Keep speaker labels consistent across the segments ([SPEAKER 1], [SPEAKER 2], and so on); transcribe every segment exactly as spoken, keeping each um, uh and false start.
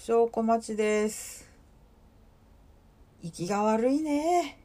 [SPEAKER 1] 証拠待ちです。息が悪いね。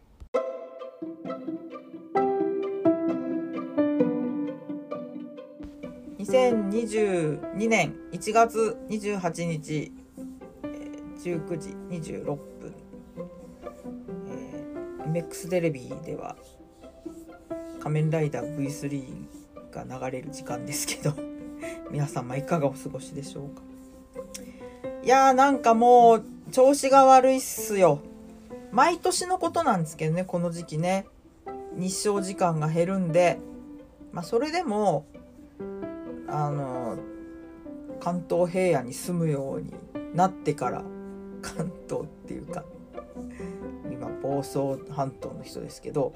[SPEAKER 1] にせんにじゅうにねんいちがつにじゅうはちにちじゅうくじにじゅうろっぷん、えー、エムエックス テレビでは仮面ライダー ブイスリー が流れる時間ですけど皆様いかがお過ごしでしょうか。いやーなんかもう調子が悪いっすよ。毎年のことなんですけどね、この時期ね日照時間が減るんで、まあそれでもあの関東平野に住むようになってから、関東っていうか今房総半島の人ですけど、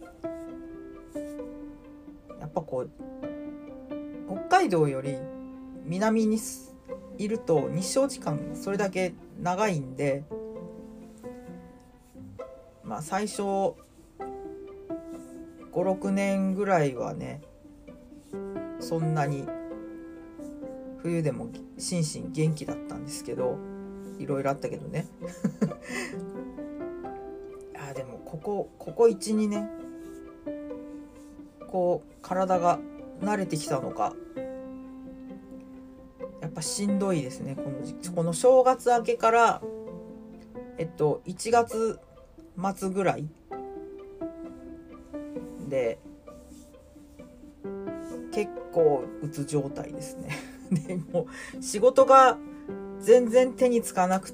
[SPEAKER 1] やっぱこう北海道より南にいると日照時間それだけ長いんで、まあ最初ごろくねんぐらいはねそんなに冬でも心身元気だったんですけど、いろいろあったけどねあでもここここ いちにねんこう体が慣れてきたのかやっぱしんどいですね。この時期、この正月明けからえっといちがつまつぐらいで結構うつ状態ですねでも仕事が全然手につかなくって、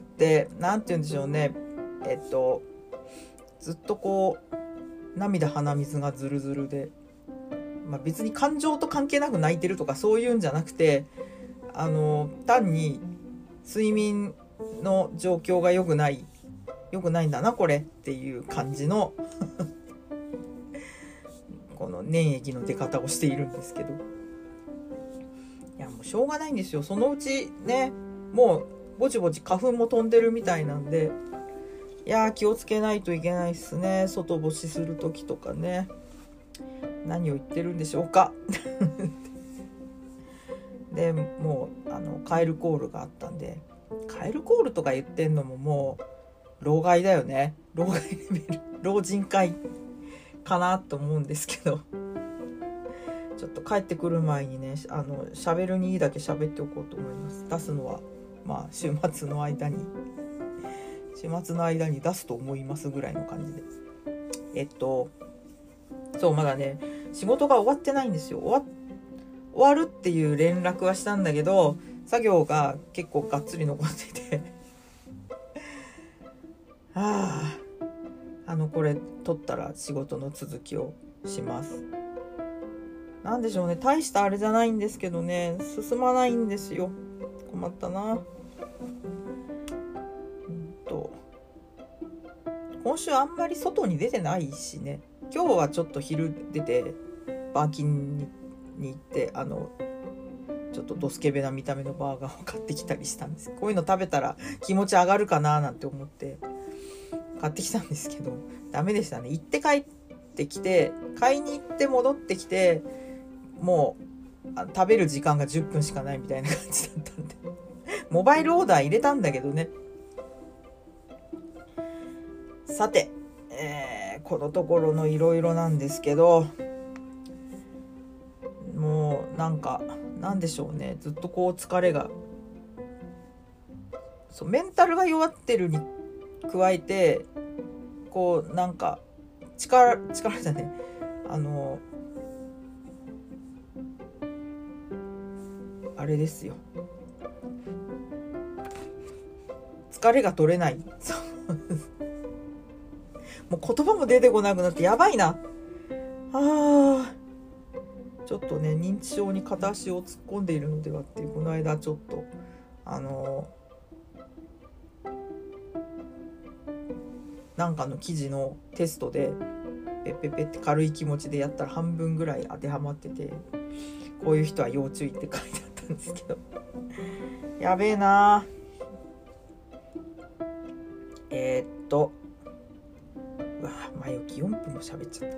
[SPEAKER 1] なんて言うんでしょうね、えっとずっとこう涙鼻水がズルズルで、まあ、別に感情と関係なく泣いてるとかそういうんじゃなくて、あの単に睡眠の状況が良くない良くないんだなこれっていう感じのこの粘液の出方をしているんですけど、いやもうしょうがないんですよ。そのうちねもうぼちぼち花粉も飛んでるみたいなんで、いや気をつけないといけないっすね。外干しする時とかね。何を言ってるんでしょうかでもうあのカエルコールがあったんで、カエルコールとか言ってんのももう老害だよね。老害レベル老人会かなと思うんですけど、ちょっと帰ってくる前にねあの喋るにいいだけ喋っておこうと思います。出すのはまあ週末の間に週末の間に出すと思いますぐらいの感じで、えっとそうまだね仕事が終わってないんですよ。終わ終わるっていう連絡はしたんだけど作業が結構がっつり残っててあああのこれ取ったら仕事の続きをします。なんでしょうね、大したあれじゃないんですけどね進まないんですよ。困ったな。うんと今週あんまり外に出てないしね。今日はちょっと昼出てバーキンにに行ってあのちょっとドスケベな見た目のバーガーを買ってきたりしたんです。こういうの食べたら気持ち上がるかななんて思って買ってきたんですけどダメでしたね。行って帰ってきて買いに行って戻ってきてもう食べる時間がじゅっぷんしかないみたいな感じだったんでモバイルオーダー入れたんだけどね。さて、えー、このところのいろいろなんですけど、もうなんかなんでしょうね、ずっとこう疲れがそうメンタルが弱ってるに加えてこうなんか力力じゃねあのあれですよ、疲れが取れない。そうもう言葉も出てこなくなってやばいな。あちょっとね認知症に片足を突っ込んでいるのではっていう、この間ちょっとあのなんかの記事のテストでペッペッペって軽い気持ちでやったら半分ぐらい当てはまってて、こういう人は要注意って書いてあったんですけどやべえな。えー、っとうわ前置きよんぷんも喋っちゃった。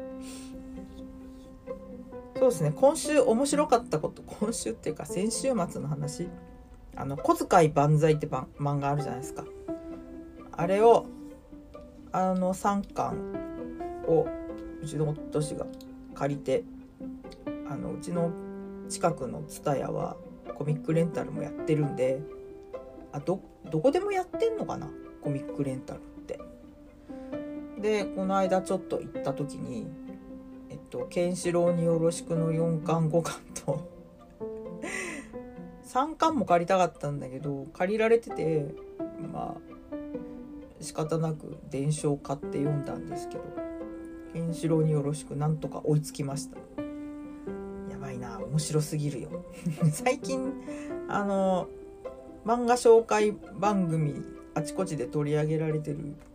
[SPEAKER 1] そうですね、今週面白かったこと、今週っていうか先週末の話、 あの小遣い万歳って漫画あるじゃないですか。あれをあのさんかんをうちの夫氏が借りて、あのうちの近くのツタヤはコミックレンタルもやってるんで、あ ど, どこでもやってんのかなコミックレンタルって。でこの間ちょっと行った時にえっとケンシロウによろしくのよんかんごかんとさんかんも借りたかったんだけど借りられてて、まあ仕方なく電書を買って読んだんですけど、ケンシロウによろしくなんとか追いつきました。やばいな、面白すぎるよ最近あの漫画紹介番組あちこちで取り上げられてる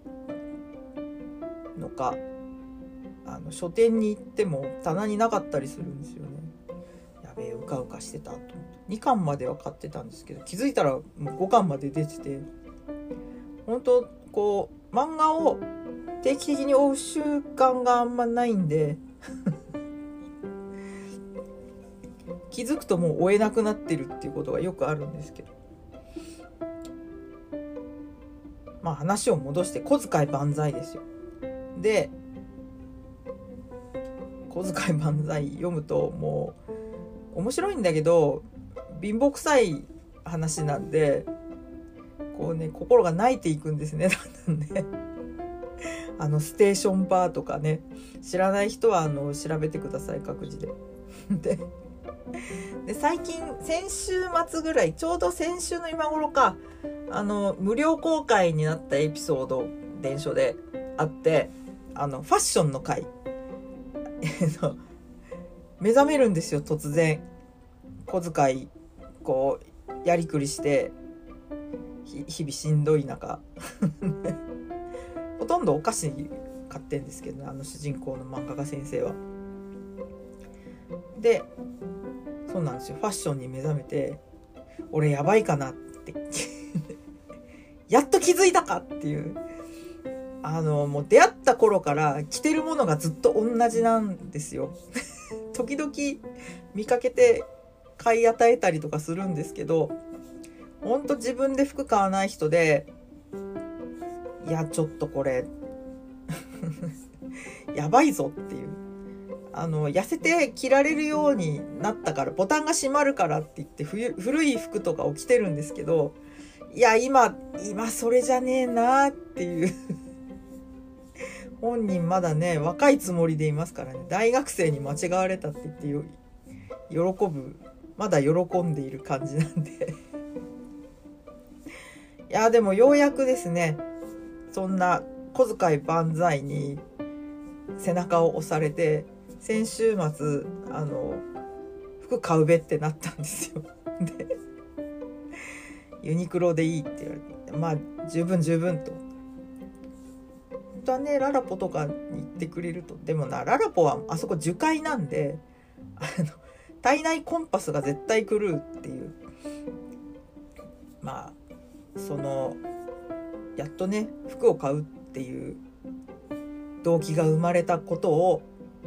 [SPEAKER 1] のか、あの書店に行っても棚になかったりするんですよね。やべえ、うかうかしてたと思って、にかんまでは買ってたんですけど、気づいたらもうごかんまで出てて、本当こう漫画を定期的に追う習慣があんまないんで気づくともう追えなくなってるっていうことがよくあるんですけど、まあ話を戻して小遣い万歳ですよ。で小遣い万歳読むともう面白いんだけど貧乏くさい話なんで、こうね心が泣いていくんですね、だんだんねあのステーションバーとかね、知らない人はあの調べてください、各自ででで最近先週末ぐらい、ちょうど先週の今頃か、あの無料公開になったエピソード電書であって、あのファッションの回目覚めるんですよ、突然小遣いこうやりくりして日々しんどい中ほとんどお菓子買ってんですけどね、あの主人公の漫画家先生は。でそうなんですよ、ファッションに目覚めて、俺やばいかなってやっと気づいたかっていう、あのもう出会った頃から着てるものがずっと同じなんですよ時々見かけて買い与えたりとかするんですけど、ほんと自分で服買わない人で、いやちょっとこれやばいぞっていう、あの痩せて着られるようになったから、ボタンが閉まるからって言って古い服とかを着てるんですけど、いや今今それじゃねえなっていう本人まだね若いつもりでいますからね、大学生に間違われたって言って喜ぶ、まだ喜んでいる感じなんでいやでもようやくですね、そんな小遣い万歳に背中を押されて、先週末あの服買うべってなったんですよでユニクロでいいって言われて、まあ十分十分と。本当はねララポとかに行ってくれると、でもなララポはあそこ樹海なんで、あの体内コンパスが絶対来るっていう、まあそのやっとね服を買うっていう動機が生まれたことを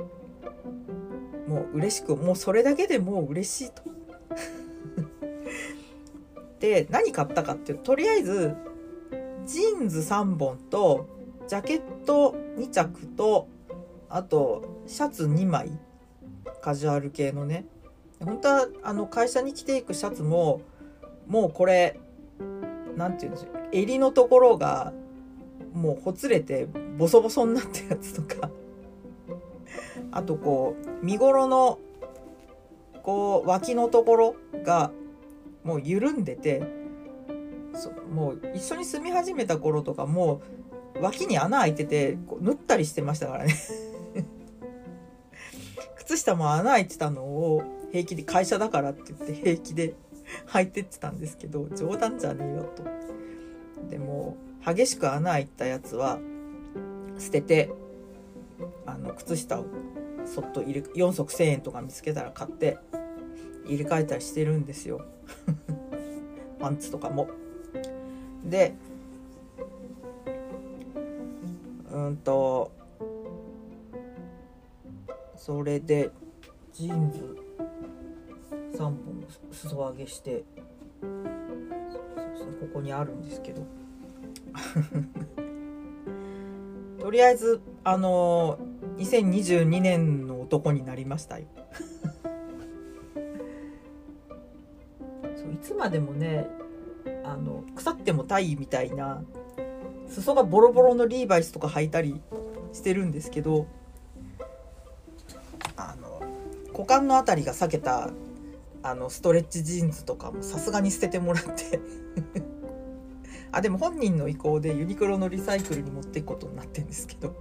[SPEAKER 1] もう嬉しく、もうそれだけでもう嬉しいとで何買ったかっていう、とりあえずジーンズさんぼんとジャケットにちゃくと、あとシャツにまい、カジュアル系のね。本当はあの会社に着ていくシャツももうこれなんていうんですよ、襟のところがもうほつれてボソボソになったやつとかあとこう身頃のこう脇のところがもう緩んでて、そもう一緒に住み始めた頃とかもう脇に穴開いててこう縫ったりしてましたからね靴下も穴開いてたのを平気で、会社だからって言って平気で履いてってたんですけど、冗談じゃねえよと。でも激しく穴開いたやつは捨てて、あの靴下をそっと入れよんそくせんえんとか見つけたら買って入れ替えたりしてるんですよパンツとかも。でうんとそれでジーンズさんぼん裾上げしてここにあるんですけどとりあえずあのにせんにじゅうにねんの男になりましたよそういつまでもねあの腐ってもタイみたいな裾がボロボロのリーバイスとか履いたりしてるんですけど、あの股間のあたりが裂けたあのストレッチジーンズとかもさすがに捨ててもらってあでも本人の意向でユニクロのリサイクルに持っていくことになってるんですけど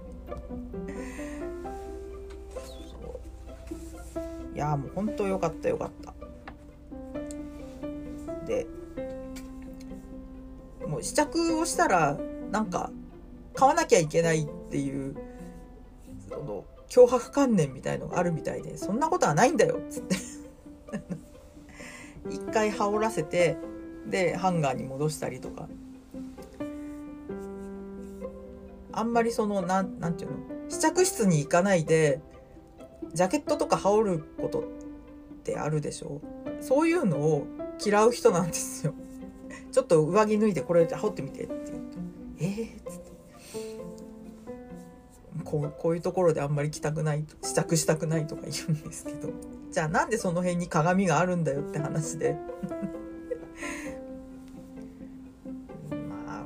[SPEAKER 1] そういやもう本当よかったよかったでもう試着をしたらなんか買わなきゃいけないっていうその強迫観念みたいのがあるみたいで、そんなことはないんだよっつって一回羽織らせてでハンガーに戻したりとか、あんまりそのなんなんていうの試着室に行かないでジャケットとか羽織ることってあるでしょ。そういうのを嫌う人なんですよ。ちょっと上着脱いでこれ羽織ってみてって言うとえーっつってこう、こういうところであんまり着たくない試着したくないとか言うんですけど、じゃあなんでその辺に鏡があるんだよって話でま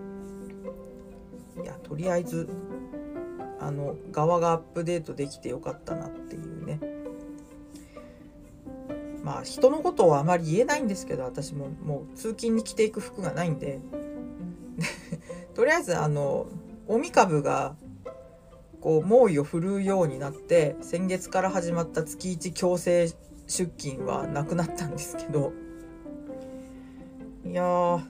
[SPEAKER 1] あいやとりあえずあの側がアップデートできてよかったなっていうね。まあ人のことをあまり言えないんですけど、私ももう通勤に着ていく服がないんでとりあえずあのオミ株がこう猛威を振るうようになって先月から始まった月いち強制出勤はなくなったんですけど、いやー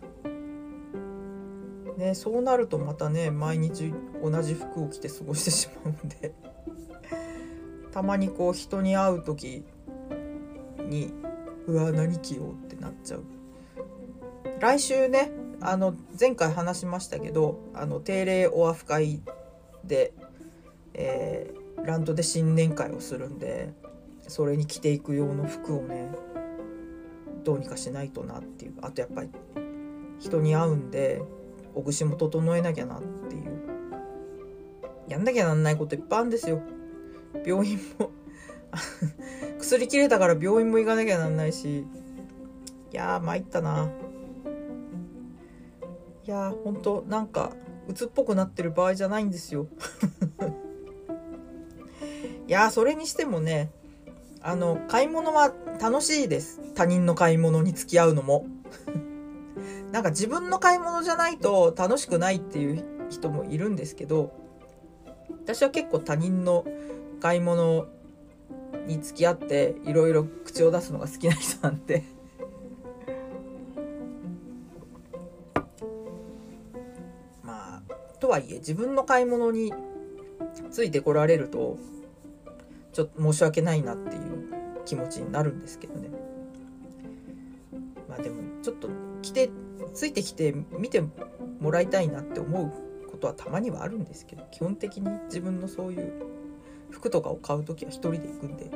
[SPEAKER 1] ね、そうなるとまたね毎日同じ服を着て過ごしてしまうんでたまにこう人に会う時にうわ何着ようってなっちゃう。来週ねあの前回話しましたけどあの定例オアフ会で、えー、ランドで新年会をするんで、それに着ていく用の服をねどうにかしないとなっていう。あとやっぱり人に会うんでおぐしも整えなきゃなっていう、やんなきゃなんないこといっぱいあるんですよ。病院も薬切れたから病院も行かなきゃなんないし、いやー参ったな。いやーほんとなんか鬱っぽくなってる場合じゃないんですよいやーそれにしてもねあの買い物は楽しいです。他人の買い物に付き合うのもなんか自分の買い物じゃないと楽しくないっていう人もいるんですけど、私は結構他人の買い物に付き合っていろいろ口を出すのが好きな人なんでまあとはいえ自分の買い物についてこられるとちょっと申し訳ないなっていう気持ちになるんですけどね。まあでもちょっと来てついてきて見てもらいたいなって思うことはたまにはあるんですけど、基本的に自分のそういう服とかを買うときは一人で行くんで、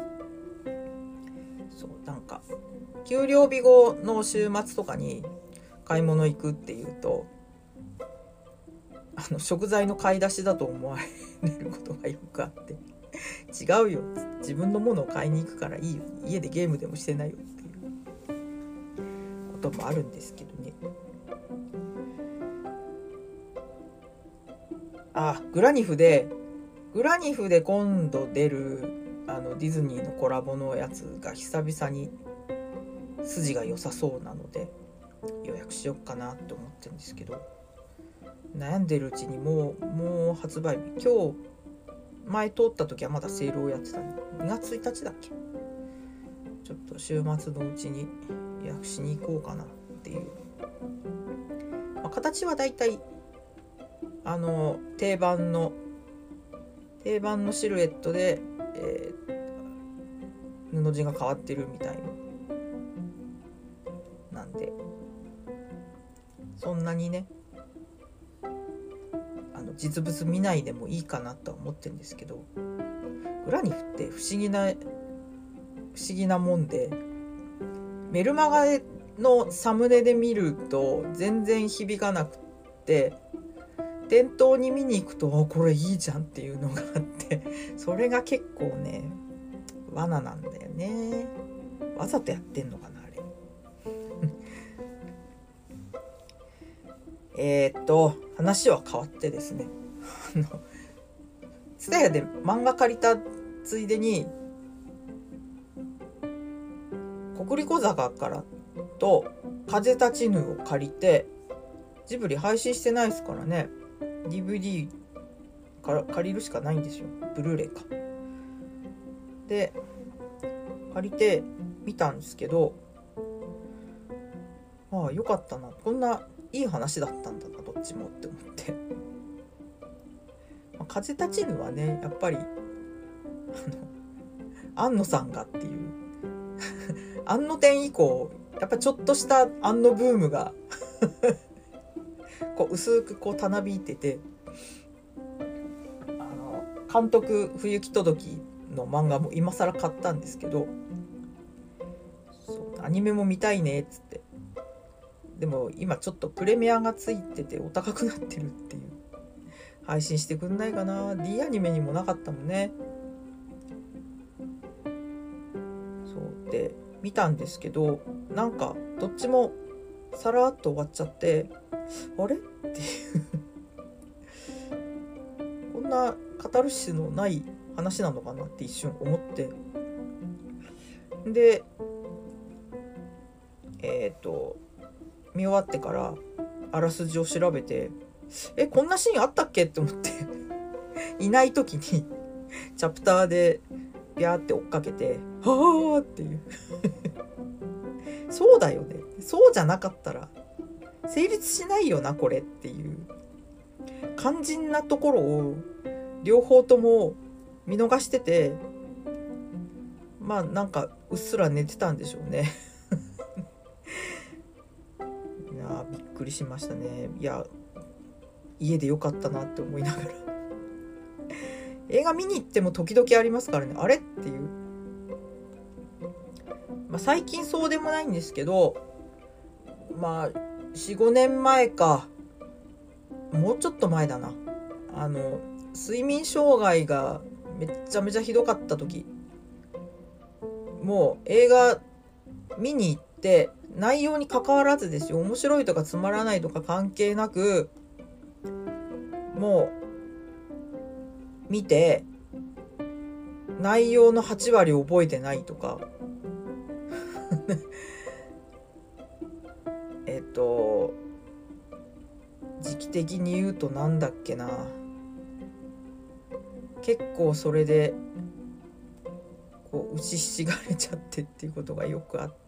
[SPEAKER 1] そうなんか給料日後の週末とかに買い物行くっていうとあの食材の買い出しだと思われることがよくあって違うよ自分のものを買いに行くからいいよ家でゲームでもしてないよっていうこともあるんですけどね。あグラニフでグラニフで今度出るあのディズニーのコラボのやつが久々に筋が良さそうなので予約しよっかなって思ってるんですけど、悩んでるうちにもうもう発売日今日前通った時はまだセールをやってたんでにがつついたちだっけ、ちょっと週末のうちに予約しに行こうかなっていう、まあ、形はだいたいあの定番の定番のシルエットで、えー、布地が変わってるみたいなんでそんなにねあの実物見ないでもいいかなとは思ってるんですけど、グラニフって不思議な不思議なもんでメルマガでのサムネで見ると全然響かなくて、店頭に見に行くとこれいいじゃんっていうのがあって、それが結構ね罠なんだよね。わざとやってんのかなあれえーっと話は変わってですね、ツタヤで漫画借りたついでに国立小坂からと風立ちぬを借りて、ジブリ配信してないですからね、 ディーブイディー から借りるしかないんですよ。ブルーレイかで借りて見たんですけど、ああよかったな、こんないい話だったんだなどっちもって思って、まあ、風立ちぬはねやっぱりあの庵野さんがっていう庵野店以降やっぱちょっとした庵野ブームがこう薄くこうたなびいてて、あの監督冬木届の漫画も今更買ったんですけど、そうアニメも見たいねっつって、でも今ちょっとプレミアがついててお高くなってるっていう、配信してくんないかな。 D アニメにもなかったもんね。そうで見たんですけど、なんかどっちもさらっと終わっちゃって、あれっていうこんなカタルシスのない話なのかなって一瞬思って、でえっと見終わってからあらすじを調べて、えこんなシーンあったっけって思っていない時にチャプターでビャーって追っかけて、はーっていうそうだよね、そうじゃなかったら成立しないよなこれっていう肝心なところを両方とも見逃してて、まあなんかうっすら寝てたんでしょうねいやびっくりしましたね。いや家でよかったなって思いながら映画見に行っても時々ありますからね、あれっていう、まあ、最近そうでもないんですけど、まあ よん,ご 年前かもうちょっと前だな、あの睡眠障害がめっちゃめちゃひどかった時、もう映画見に行って内容に関わらずですよ、面白いとかつまらないとか関係なくもう見て内容のはち割覚えてないとかえっと時期的に言うとなんだっけな、結構それでこう打ちひしがれちゃってっていうことがよくあって、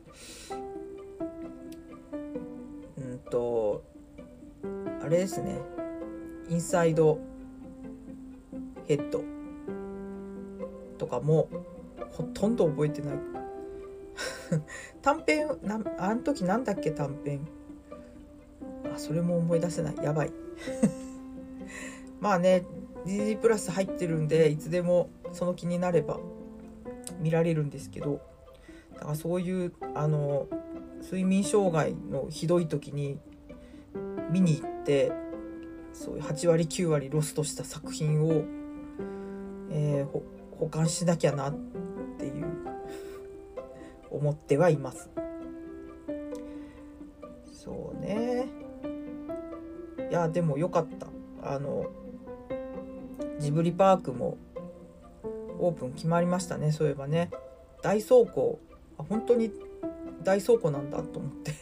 [SPEAKER 1] うんとあれですね、インサイドヘッドとかもほとんど覚えてない短編なあの時なんだっけ短編、あそれも思い出せない、やばいまあね ディージー プラス入ってるんでいつでもその気になれば見られるんですけど、だからそういうあの睡眠障害のひどい時に見に行ってそういうはち割きゅう割ロストした作品を、えー、保管しなきゃなっていう思ってはいます。そうね、いやでもよかった、あのジブリパークもオープン決まりましたね。そういえばね、大倉庫、あ本当に大倉庫なんだと思って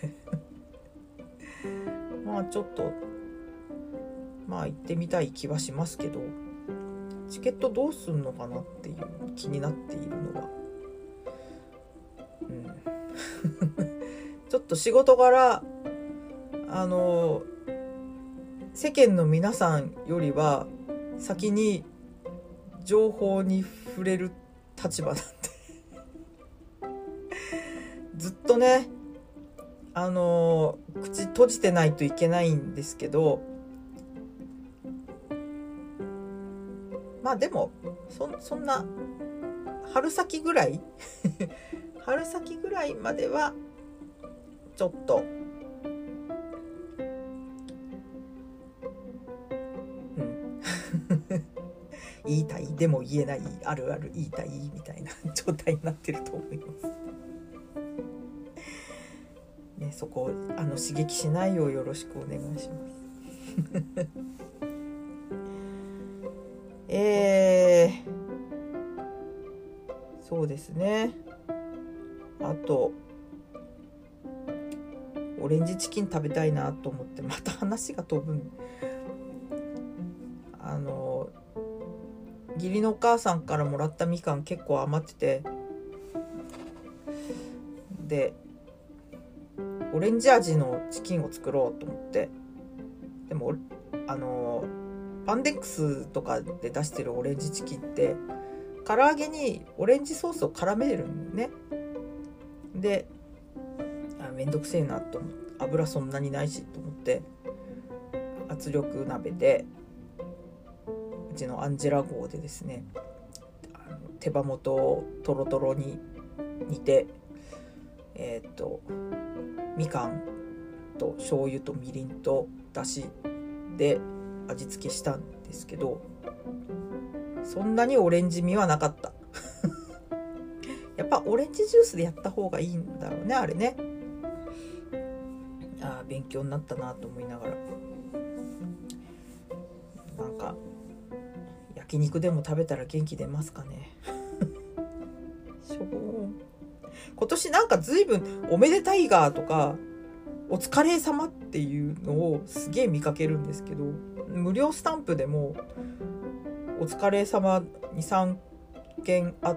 [SPEAKER 1] まあちょっとまあ行ってみたい気はしますけど、チケットどうすんのかなっていう気になっているのは、うんちょっと仕事柄あの世間の皆さんよりは先に情報に触れる立場なんでずっとねあの口閉じてないといけないんですけど、まあでも そ, そんな春先ぐらい春先ぐらいまではちょっとうん言いたいでも言えない、あるある言いたいみたいな状態になってると思いますね。そこをあの刺激しないようよろしくお願いしますえー、そうですね。あとオレンジチキン食べたいなと思って、また話が飛ぶ。あの義理のお母さんからもらったみかん結構余ってて、でオレンジ味のチキンを作ろうと思って、でもあのパンデックスとかで出してるオレンジチキンって唐揚げにオレンジソースを絡めるんね。であめんどくせえなと思って、油そんなにないしと思って圧力鍋でうちのアンジェラ号でですね、あの手羽元をトロトロに煮て、えー、っとみかんと醤油とみりんとだしで味付けしたんですけど、そんなにオレンジ味はなかったやっぱオレンジジュースでやった方がいいんだろうね、あれね。あ、勉強になったなと思いながら、なんか焼肉でも食べたら元気出ますかねしょぼ今年なんか随分おめでたいがとかお疲れ様っていうのをすげえ見かけるんですけど、無料スタンプでもお疲れ様にさんけんあって、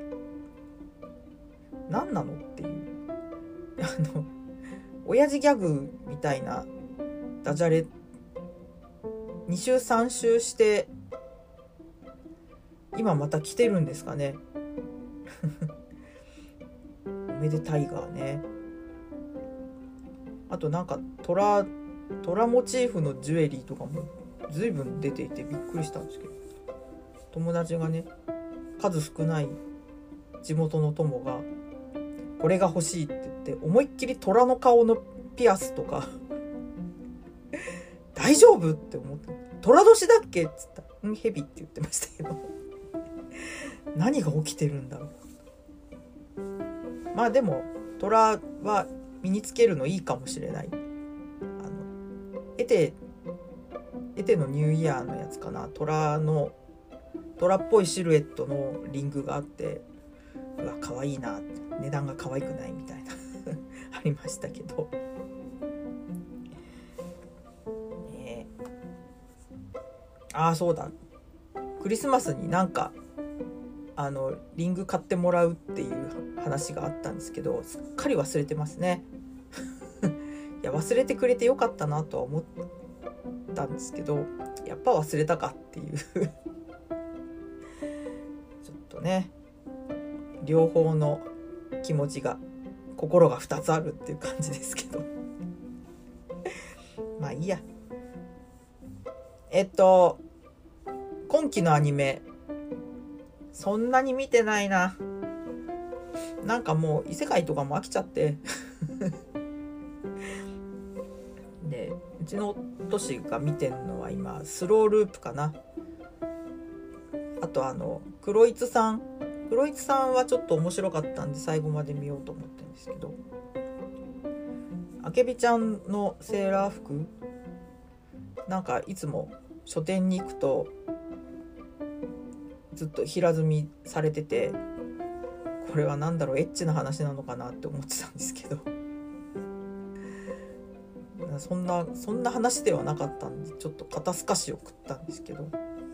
[SPEAKER 1] 何なのっていう、あの親父ギャグみたいなダジャレに週さん週して今また来てるんですかねおめでたいがね。あとなんか虎虎モチーフのジュエリーとかも随分出ていてびっくりしたんですけど、友達がね、数少ない地元の友がこれが欲しいって言って思いっきり虎の顔のピアスとか大丈夫って思って、虎年だっけっつったら、うんヘビって言ってましたけど何が起きてるんだろう。まあでも虎は身につけるのいいかもしれない。あのエテエテのニューイヤーのやつかな、虎の虎っぽいシルエットのリングがあって、うわ可愛いな、値段が可愛くないみたいなありましたけど、ね、ああそうだ、クリスマスになんかあのリング買ってもらうっていう話があったんですけど、すっかり忘れてますねいや忘れてくれてよかったなとは思ったんですけど、やっぱ忘れたかっていうちょっとね、両方の気持ちが心がふたつあるっていう感じですけどまあいいや。えっと今期のアニメそんなに見てないな。なんかもう異世界とかも飽きちゃってでうちの都市が見てるのは今スローループかな。あとあの黒いつさん黒いつさんはちょっと面白かったんで最後まで見ようと思ってるんですけど、あけびちゃんのセーラー服なんかいつも書店に行くとずっと平積みされてて、これは何だろうエッチな話なのかなって思ってたんですけどそんなそんな話ではなかったんでちょっと肩透かしを食ったんですけど、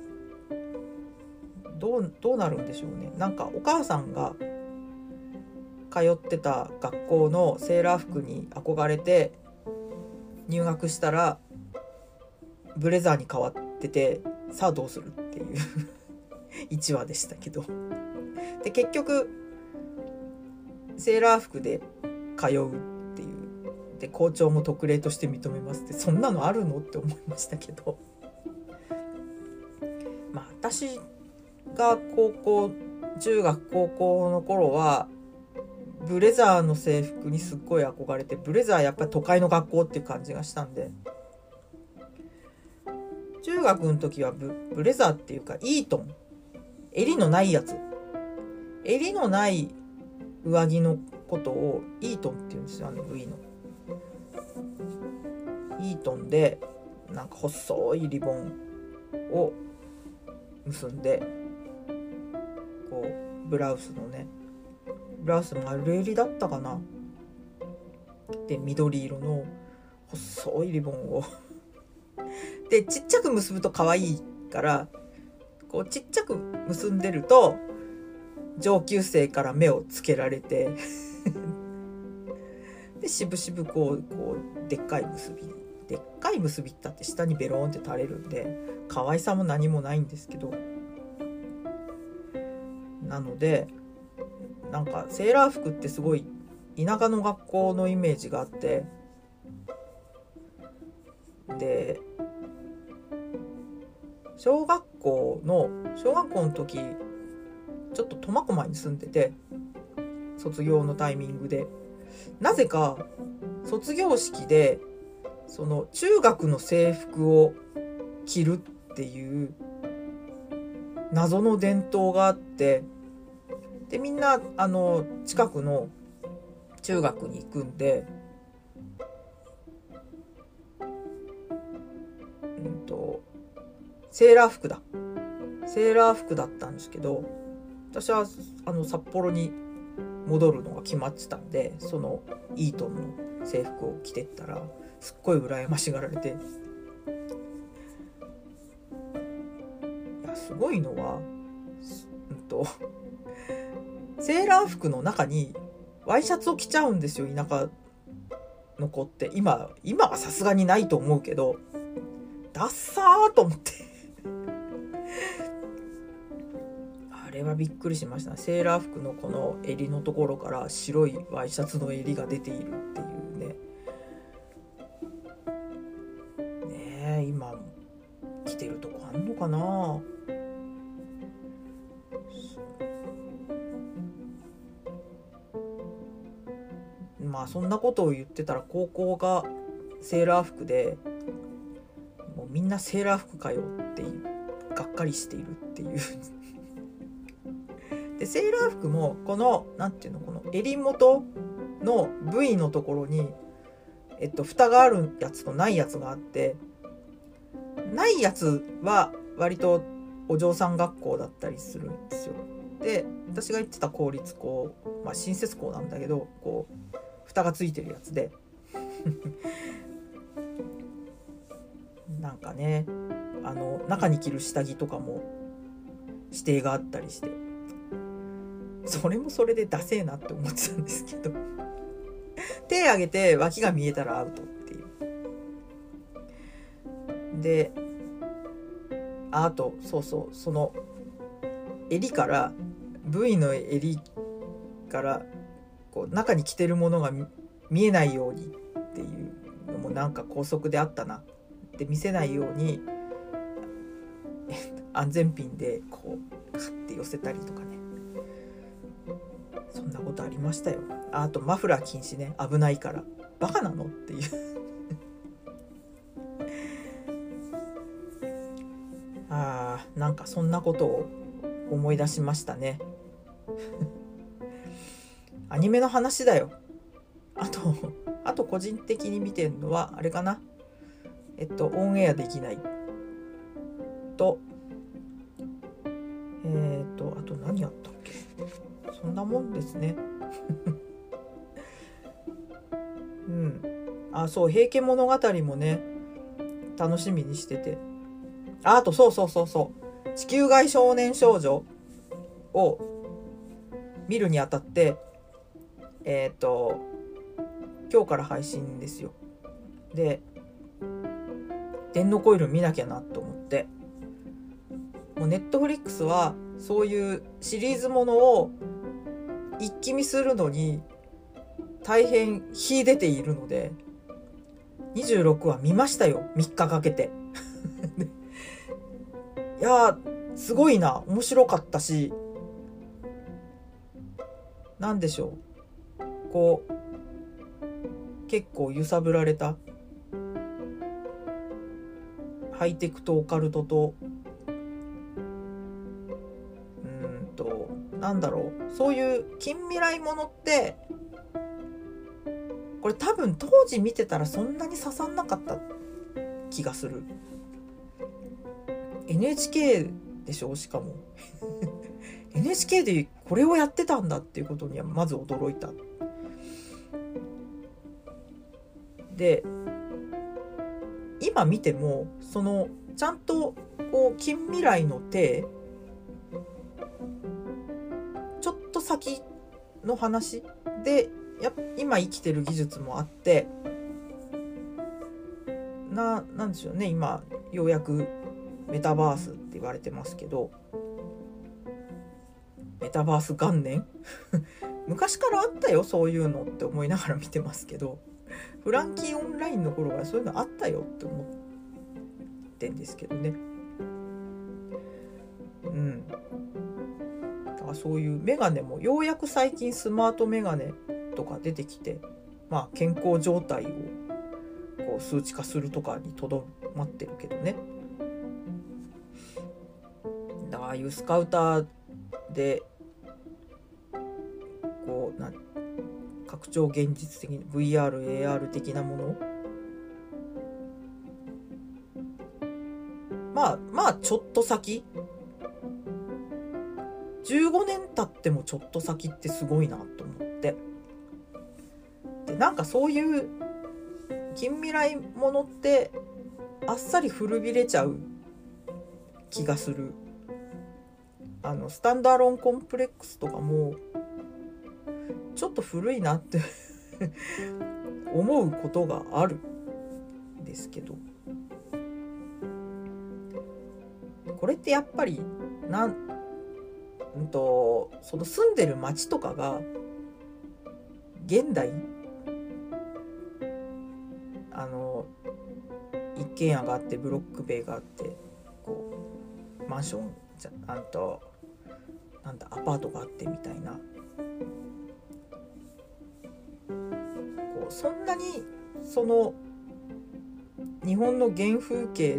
[SPEAKER 1] どうどうなるんでしょうね。なんかお母さんが通ってた学校のセーラー服に憧れて入学したらブレザーに変わってて、さあどうするっていういちわでしたけど、で結局セーラー服で通うっていう、で校長も特例として認めますって、そんなのあるのって思いましたけど、まあ私が高校中学高校の頃はブレザーの制服にすっごい憧れて、ブレザーやっぱり都会の学校っていう感じがしたんで、中学の時は ブ, ブレザーっていうかイートン、襟のないやつ、襟のない上着のことをイートンって言うんですよ。あの V のイートンで、なんか細いリボンを結んで、こうブラウスのね、ブラウス丸襟だったかな、で緑色の細いリボンをでちっちゃく結ぶと可愛いから、こうちっちゃく結んでると上級生から目をつけられてでしぶしぶこうこうでっかい結び、でっかい結びったって下にベローンって垂れるんで可愛さも何もないんですけど、なのでなんかセーラー服ってすごい田舎の学校のイメージがあって、で小学校の小学校の時ちょっと苫小牧に住んでて、卒業のタイミングでなぜか卒業式でその中学の制服を着るっていう謎の伝統があって、でみんなあの近くの中学に行くんで、うんとセーラー服だセーラー服だったんですけど、私はあの札幌に戻るのが決まってたんで、そのイートンの制服を着てったらすっごい羨ましがられて、いやすごいのは、うんとセーラー服の中にワイシャツを着ちゃうんですよ、田舎の子って。今今はさすがにないと思うけど、ダッサーと思ってあれはびっくりしました。セーラー服のこの襟のところから白いワイシャツの襟が出ているっていうね。ねえ、今着てるとこあんのかな。まあそんなことを言ってたら高校がセーラー服で、もうみんなセーラー服かよっていう、がっかりしているっていうでセーラー服もこのなんていうの、この襟元の V のところにえっと蓋があるやつとないやつがあって、ないやつは割とお嬢さん学校だったりするんですよ。で私が行ってた公立校、まあ新設校なんだけど、こう蓋がついてるやつでなんかね、あの中に着る下着とかも指定があったりして、それもそれでダセーなって思ってたんですけど手挙げて脇が見えたらアウトっていう。で あ, あとそうそう、その襟から V の襟からこう中に着てるものが見えないようにっていうのもなんか校則であったなって見せないように安全ピンでこうカッて寄せたりとかね、そんなことありましたよ。あとマフラー禁止ね、危ないから。バカなのっていうあー、なんかそんなことを思い出しましたねアニメの話だよ。あとあと個人的に見てるのはあれかな、えっとオンエアできないと、えっとあと何やったっけ、そんなもんですねうん、あ、そう、平家物語もね楽しみにしてて、あ、あとそうそうそうそう、地球外少年少女を見るにあたって、えっと今日から配信ですよ。で電脳コイル見なきゃなと思って、もうネットフリックスはそういうシリーズものを一気見するのに大変秀でているのでにじゅうろくわ見ましたよ、みっかかけていやすごいな、面白かったし、なんでしょう、 こ結構揺さぶられたハイテクとオカルトとうーんとなんだろう、そういう近未来ものってこれ多分当時見てたらそんなに刺さんなかった気がする。 エヌエイチケー でしょ、しかもエヌエイチケー でこれをやってたんだっていうことにはまず驚いた。で今見てもそのちゃんとこう近未来の体ちょっと先の話でや今生きてる技術もあってな、なんでしょうね、今ようやくメタバースって言われてますけど、メタバース元年昔からあったよそういうのって思いながら見てますけど、フランキーオンラインの頃からそういうのあったよって思ってんですけどね。うんだからそういうメガネもようやく最近スマートメガネとか出てきて、まあ健康状態をこう数値化するとかにとどまってるけどね。だからああいうスカウターでこうな拡張現実的に ブイアール、エーアール 的なもの、まあまあちょっと先じゅうごねん経ってもちょっと先ってすごいなと思って、でなんかそういう近未来ものってあっさり古びれちゃう気がする。あのスタンドアローンコンプレックスとかもちょっと古いなって思うことがあるんですけど、これってやっぱりなん、うんと、その住んでる町とかが現代あの一軒家があってブロック塀があってこうマンションじゃあんとなんだアパートがあってみたいな、こうそんなにその日本の原風景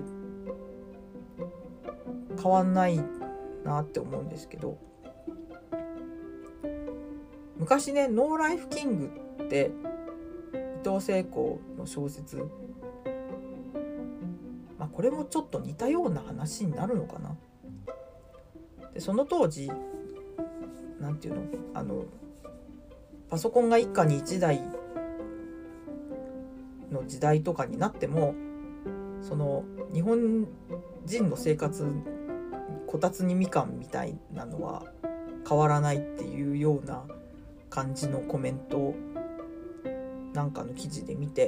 [SPEAKER 1] 変わんないなって思うんですけど、昔ねノーライフキングって伊藤聖子の小説、まあ、これもちょっと似たような話になるのかな。でその当時なんていうの、あのパソコンが一家に一台の時代とかになってもその日本人の生活こたつにみかんみたいなのは変わらないっていうような感じのコメントをなんかの記事で見て、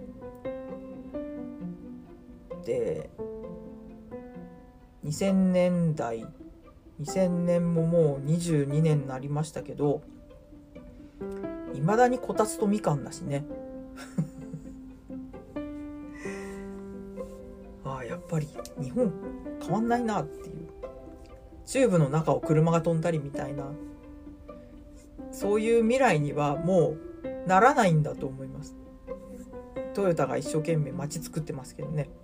[SPEAKER 1] でにせんねんだいにせんねんももうにじゅうにねんになりましたけどいまだにこたつとみかんだしねああやっぱり日本変わんないなっていう、チューブの中を車が飛んだりみたいなそういう未来にはもうならないんだと思います。トヨタが一生懸命街作ってますけどね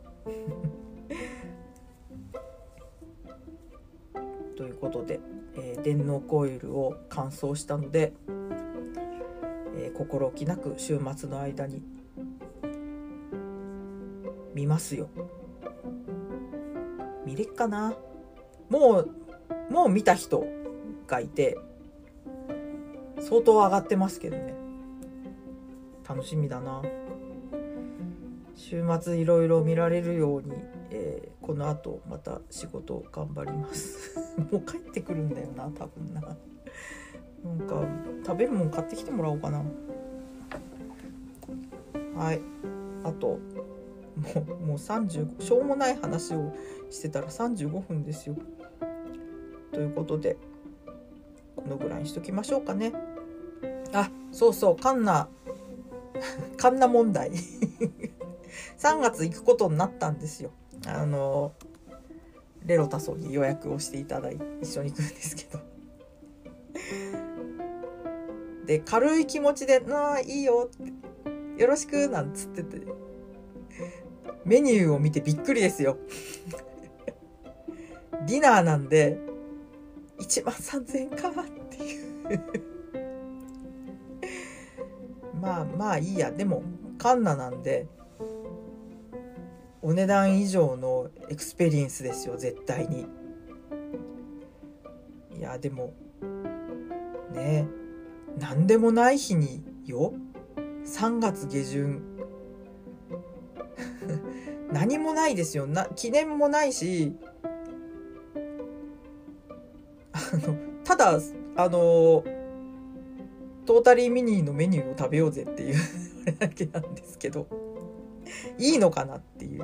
[SPEAKER 1] ということで、えー、電脳コイルを完走したので、えー、心置きなく週末の間に見ますよ。見れっかな。もうもう見た人がいて相当上がってますけどね、楽しみだな。週末いろいろ見られるように、えー、この後また仕事頑張りますもう帰ってくるんだよな多分な。なんか食べるもん買ってきてもらおうかな。はい、あともう、もうさんじゅうしょうもない話をしてたらさんじゅうごふんですよ。ということでこのぐらいにしときましょうかね。あ、そうそう、カンナカンナ問題さんがつ行くことになったんですよ。あのレロタソに予約をしていただいて一緒に行くんですけどで軽い気持ちでなあいいよってよろしくなんつってて、メニューを見てびっくりですよディナーなんでいちまんさんぜんえんかっていうまあまあいいや、でもカンナなんでお値段以上のエクスペリエンスですよ絶対に。いやでもね、なんでもない日によ、さんがつ下旬何もないですよ、な記念もないし、あのただあのトータリーミニーのメニューを食べようぜっていうあれだけなんですけど、いいのかなっていう、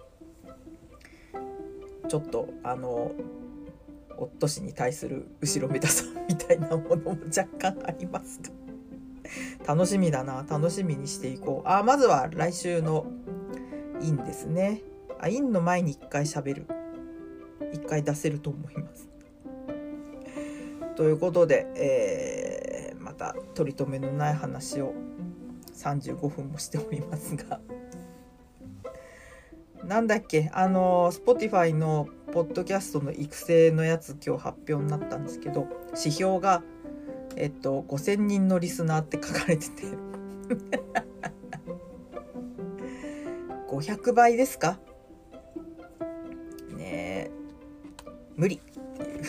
[SPEAKER 1] ちょっとあの夫氏に対する後ろめたさみたいなものも若干ありますが楽しみだな、楽しみにしていこう。あ、まずは来週のインですね。あ、インの前に一回喋る、一回出せると思いますということで、えー、また取り留めのない話をさんじゅうごふんもしておりますがなんだっけ、あの Spotify のポッドキャストの育成のやつ今日発表になったんですけど、指標がえっとごせんにんのリスナーって書かれててごひゃくばいですかねえ、無理っていう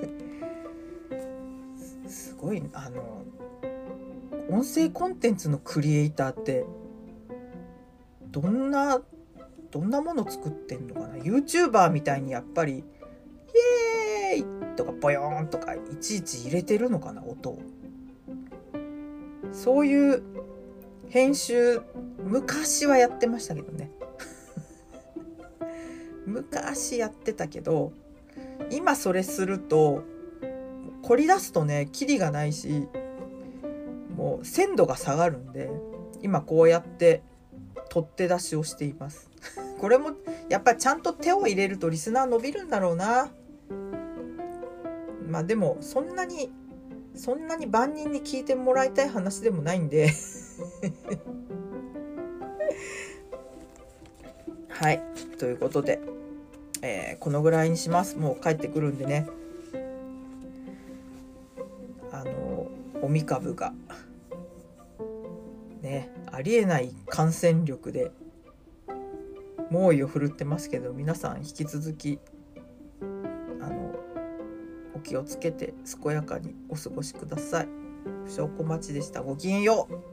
[SPEAKER 1] すごい、あの音声コンテンツのクリエイターってどんなどんなもの作ってんのかな。 YouTuber みたいにやっぱりイエーイとかボヨーンとかいちいち入れてるのかな、音を。そういう編集昔はやってましたけどね昔やってたけど、今それすると凝り出すとねキリがないし、もう鮮度が下がるんで、今こうやって取って出しをしていますこれもやっぱりちゃんと手を入れるとリスナー伸びるんだろうな。まあでもそんなにそんなに万人に聞いてもらいたい話でもないんではいということで、えー、このぐらいにします。もう帰ってくるんでね、あのオミ株がね、ありえない感染力で猛威を振るってますけど、皆さん引き続きあのお気をつけて健やかにお過ごしください。不祥小町でした。ごきげんよう。